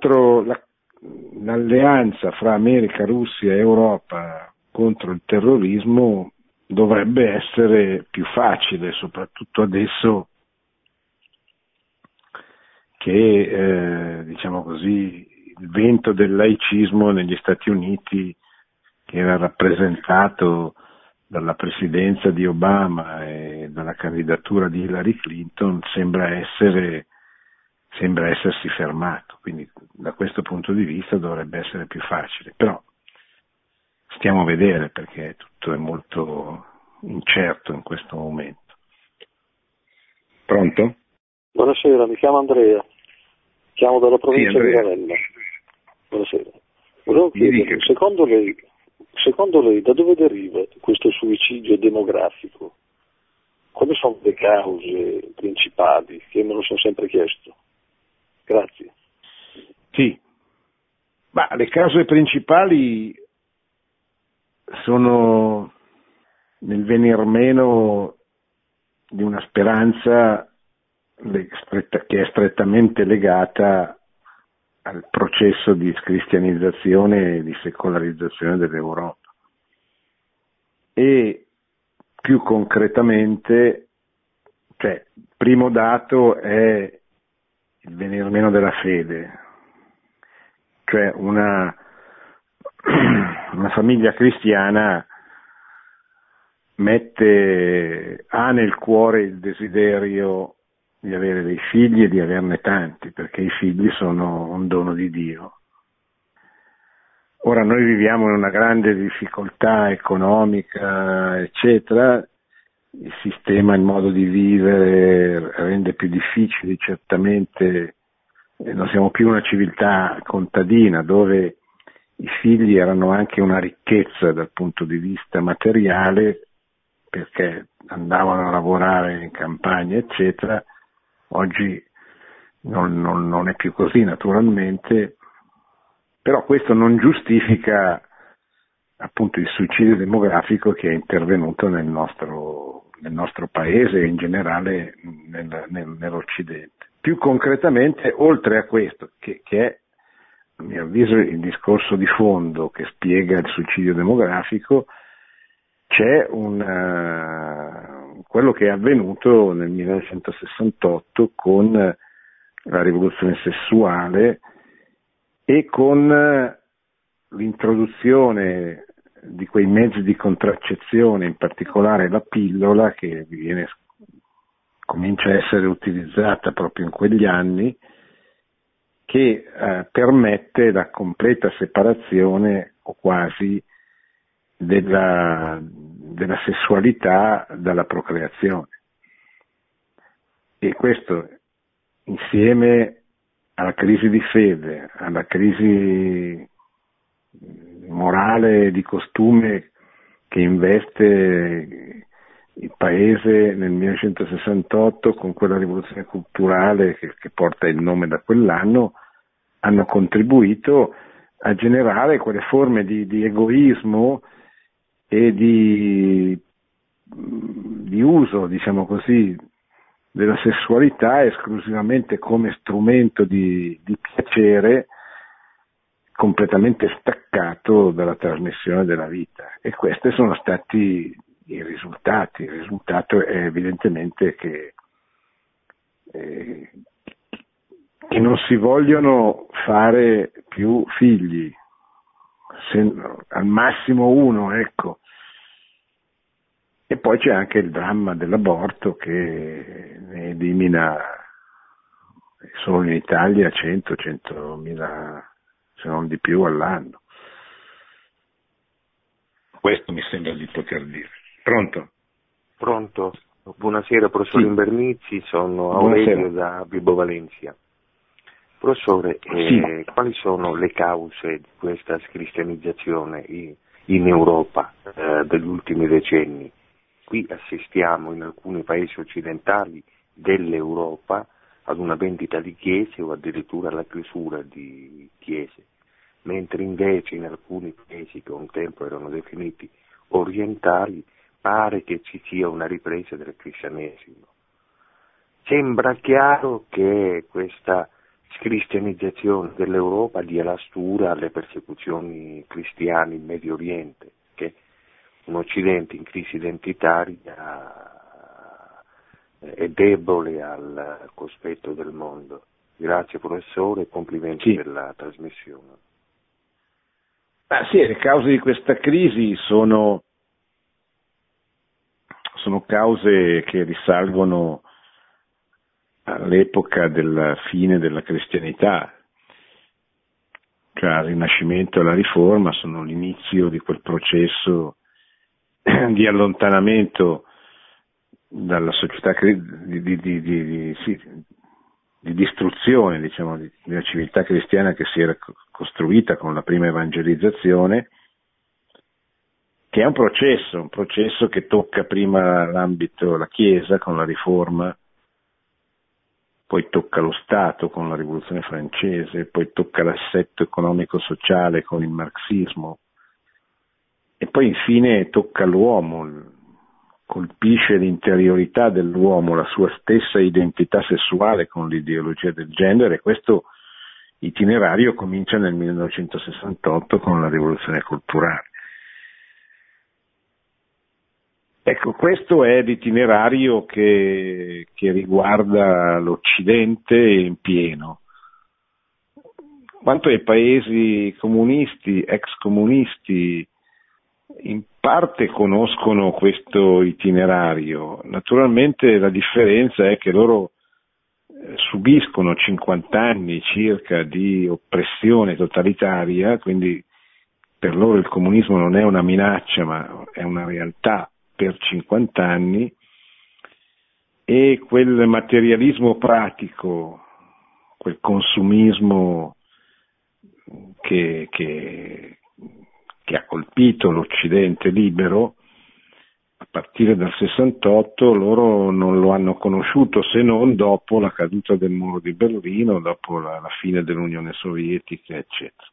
L'alleanza fra America, Russia e Europa contro il terrorismo dovrebbe essere più facile, soprattutto adesso che, diciamo così, il vento del laicismo negli Stati Uniti, che era rappresentato dalla presidenza di Obama e dalla candidatura di Hillary Clinton, sembra essersi fermato, quindi da questo punto di vista dovrebbe essere più facile, però stiamo a vedere perché tutto è molto incerto in questo momento. Pronto? Buonasera, mi chiamo Andrea, chiamo dalla provincia di Ravenna. Buonasera. Volevo chiedere, secondo lei da dove deriva questo suicidio demografico? Quali sono le cause principali che me lo sono sempre chiesto? Grazie. Sì, ma le cause principali sono nel venir meno di una speranza che è strettamente legata al processo di cristianizzazione e di secolarizzazione dell'Europa. E più concretamente, cioè, il primo dato è il venir meno della fede, cioè una famiglia cristiana ha nel cuore il desiderio di avere dei figli e di averne tanti, perché i figli sono un dono di Dio. Ora noi viviamo in una grande difficoltà economica, eccetera, il sistema, il modo di vivere rende più difficili certamente, non siamo più una civiltà contadina dove i figli erano anche una ricchezza dal punto di vista materiale perché andavano a lavorare in campagna eccetera. Oggi non è più così naturalmente, però questo non giustifica appunto il suicidio demografico che è intervenuto nel nostro paese e in generale nell'Occidente. Più concretamente, oltre a questo, che è a mio avviso il discorso di fondo che spiega il suicidio demografico, c'è quello che è avvenuto nel 1968 con la rivoluzione sessuale e con l'introduzione di quei mezzi di contraccezione, in particolare la pillola, che comincia a essere utilizzata proprio in quegli anni, che permette la completa separazione o quasi della sessualità dalla procreazione. E questo, insieme alla crisi di fede, alla crisi morale di costume che investe il paese nel 1968 con quella rivoluzione culturale che porta il nome da quell'anno, hanno contribuito a generare quelle forme di egoismo e di uso, diciamo così, della sessualità esclusivamente come strumento di piacere, completamente staccato dalla trasmissione della vita. E questi sono stati i risultati. Il risultato è evidentemente che non si vogliono fare più figli, al massimo uno, ecco. E poi c'è anche il dramma dell'aborto che ne elimina solo in Italia 100.000, se non di più, all'anno. Questo mi sembra di poter dire. Pronto? Pronto. Buonasera, professor Invernizzi, sono Aurelio da Vibo Valencia. Professore, quali sono le cause di questa scristianizzazione in Europa degli ultimi decenni? Qui assistiamo in alcuni paesi occidentali dell'Europa ad una vendita di chiese o addirittura alla chiusura di chiese, mentre invece in alcuni paesi che un tempo erano definiti orientali pare che ci sia una ripresa del cristianesimo. Sembra chiaro che questa cristianizzazione dell'Europa dia la stura alle persecuzioni cristiane in Medio Oriente, che un Occidente in crisi identitaria è debole al cospetto del mondo. Grazie professore e complimenti per la trasmissione. Le cause di questa crisi sono cause che risalgono all'epoca della fine della cristianità, cioè al Rinascimento e alla Riforma, sono l'inizio di quel processo di allontanamento dalla società, di distruzione, diciamo, di una civiltà cristiana che si era costruita con la prima evangelizzazione, che è un processo che tocca prima l'ambito, la Chiesa con la Riforma, poi tocca lo Stato con la Rivoluzione francese, poi tocca l'assetto economico-sociale con il marxismo, e poi infine tocca l'uomo, colpisce l'interiorità dell'uomo, la sua stessa identità sessuale con l'ideologia del genere, e questo itinerario comincia nel 1968 con la Rivoluzione culturale. Ecco, questo è l'itinerario che riguarda l'Occidente in pieno. Quanto ai paesi comunisti, ex comunisti, in parte conoscono questo itinerario. Naturalmente la differenza è che loro subiscono 50 anni circa di oppressione totalitaria, quindi per loro il comunismo non è una minaccia ma è una realtà per 50 anni, e quel materialismo pratico, quel consumismo che ha colpito l'Occidente libero a partire dal 68, loro non lo hanno conosciuto se non dopo la caduta del muro di Berlino, dopo la fine dell'Unione Sovietica, eccetera.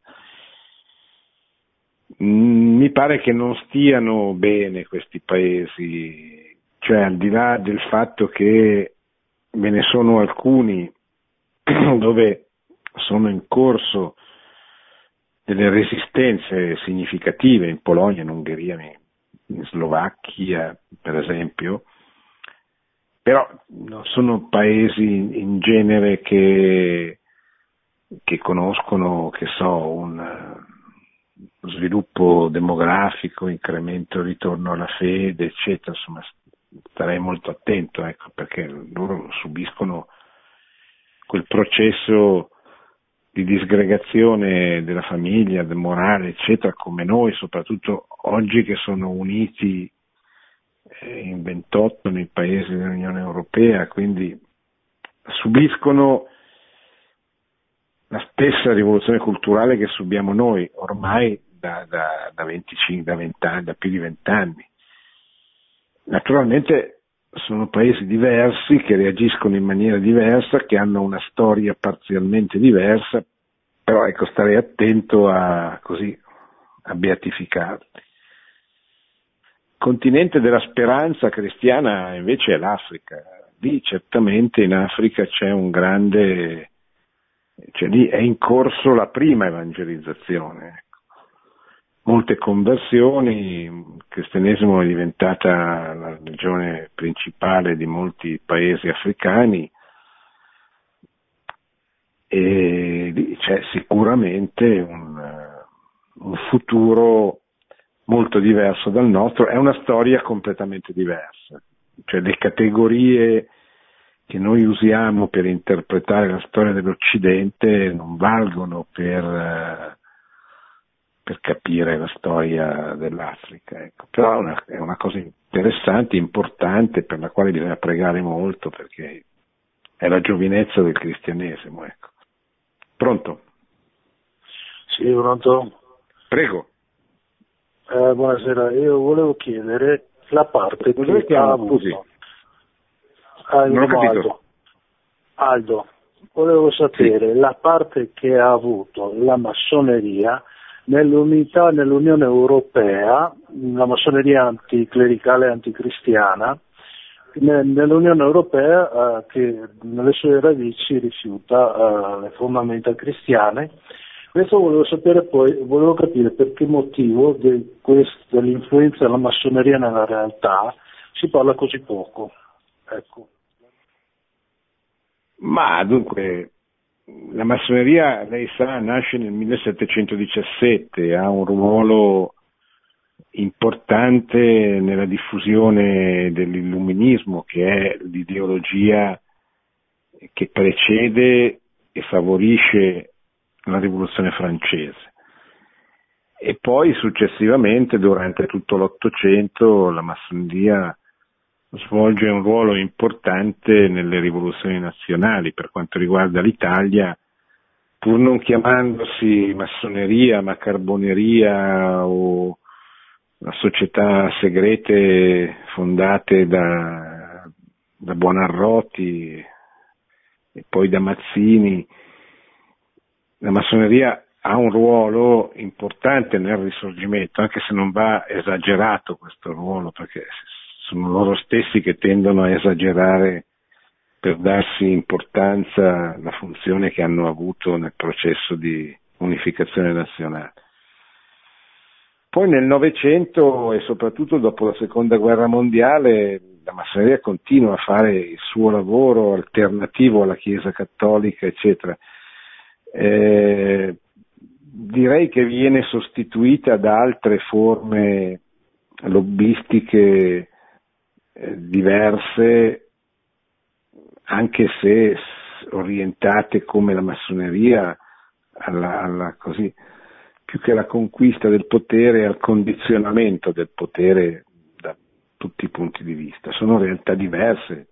Mi pare che non stiano bene questi paesi, cioè al di là del fatto che ve ne sono alcuni dove sono in corso delle resistenze significative, in Polonia, in Ungheria in Slovacchia per esempio, però non sono paesi in genere che conoscono, che so, un sviluppo demografico, incremento, ritorno alla fede, eccetera. Insomma, starei molto attento, ecco, perché loro subiscono quel processo di disgregazione della famiglia, del morale, eccetera, come noi, soprattutto oggi che sono uniti in 28 nei paesi dell'Unione Europea, quindi subiscono la stessa rivoluzione culturale che subiamo noi ormai da più di 20 anni. Naturalmente sono paesi diversi che reagiscono in maniera diversa, che hanno una storia parzialmente diversa, però ecco, starei attento a beatificarli. Continente della speranza cristiana invece è l'Africa. Lì certamente in Africa c'è un grande, cioè lì è in corso la prima evangelizzazione. Molte conversioni, il cristianesimo è diventata la religione principale di molti paesi africani e lì c'è sicuramente un futuro molto diverso dal nostro, è una storia completamente diversa, cioè le categorie che noi usiamo per interpretare la storia dell'Occidente non valgono per capire la storia dell'Africa, ecco. Però è una cosa interessante, importante, per la quale bisogna pregare molto, perché è la giovinezza del cristianesimo, ecco. Pronto? Sì, pronto? Prego. Buonasera, io volevo chiedere la parte che ha avuto. Non ho capito. Aldo, volevo sapere la parte che ha avuto la massoneria nell'unità nell'Unione Europea, la massoneria anticlericale e anticristiana, nell'Unione Europea che nelle sue radici rifiuta le fondamenta cristiane. Questo volevo sapere, poi volevo capire per che motivo dell'influenza della massoneria nella realtà si parla così poco. Ecco. Ma dunque, la massoneria, lei sa, nasce nel 1717, ha un ruolo importante nella diffusione dell'illuminismo, che è l'ideologia che precede e favorisce la rivoluzione francese. E poi successivamente, durante tutto l'Ottocento, la massoneria svolge un ruolo importante nelle rivoluzioni nazionali. Per quanto riguarda l'Italia, pur non chiamandosi massoneria ma carboneria o società segrete fondate da Buonarroti e poi da Mazzini, la massoneria ha un ruolo importante nel risorgimento, anche se non va esagerato questo ruolo, perché sono loro stessi che tendono a esagerare per darsi importanza alla funzione che hanno avuto nel processo di unificazione nazionale. Poi nel Novecento e soprattutto dopo la Seconda Guerra Mondiale la massoneria continua a fare il suo lavoro alternativo alla Chiesa Cattolica, eccetera. Direi che viene sostituita da altre forme lobbistiche diverse, anche se orientate come la massoneria alla così, più che alla conquista del potere, al condizionamento del potere da tutti i punti di vista. Sono realtà diverse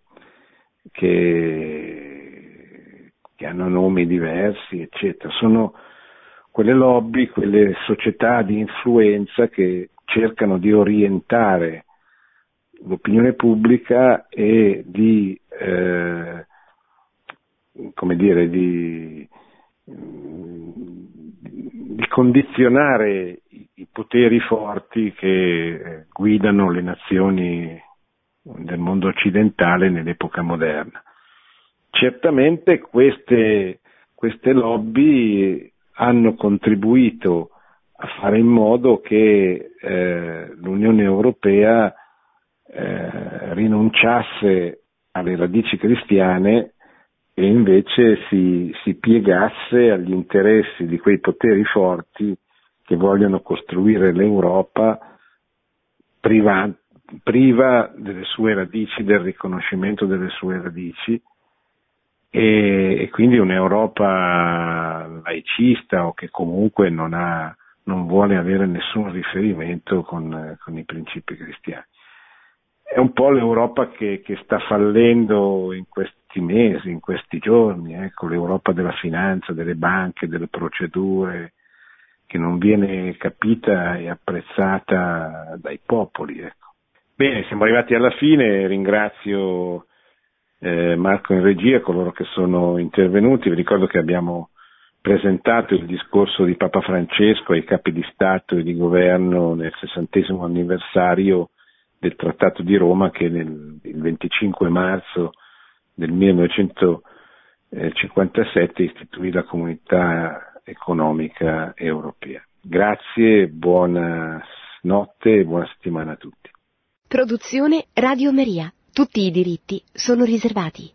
che hanno nomi diversi, eccetera. Sono quelle lobby, quelle società di influenza che cercano di orientare l'opinione pubblica e di condizionare i poteri forti che guidano le nazioni del mondo occidentale nell'epoca moderna. Certamente queste lobby hanno contribuito a fare in modo che l'Unione Europea rinunciasse alle radici cristiane e invece si piegasse agli interessi di quei poteri forti che vogliono costruire l'Europa priva delle sue radici, del riconoscimento delle sue radici, e quindi un'Europa laicista o che comunque non vuole avere nessun riferimento con i principi cristiani. È un po' l'Europa che sta fallendo in questi mesi, in questi giorni, ecco, l'Europa della finanza, delle banche, delle procedure, che non viene capita e apprezzata dai popoli, ecco. Bene, siamo arrivati alla fine, ringrazio Marco in regia, coloro che sono intervenuti. Vi ricordo che abbiamo presentato il discorso di Papa Francesco ai capi di Stato e di Governo nel 60° anniversario del Trattato di Roma, che il 25 marzo del 1957 istituì la Comunità Economica Europea. Grazie, buona notte e buona settimana a tutti. Produzione Radio Maria. Tutti i diritti sono riservati.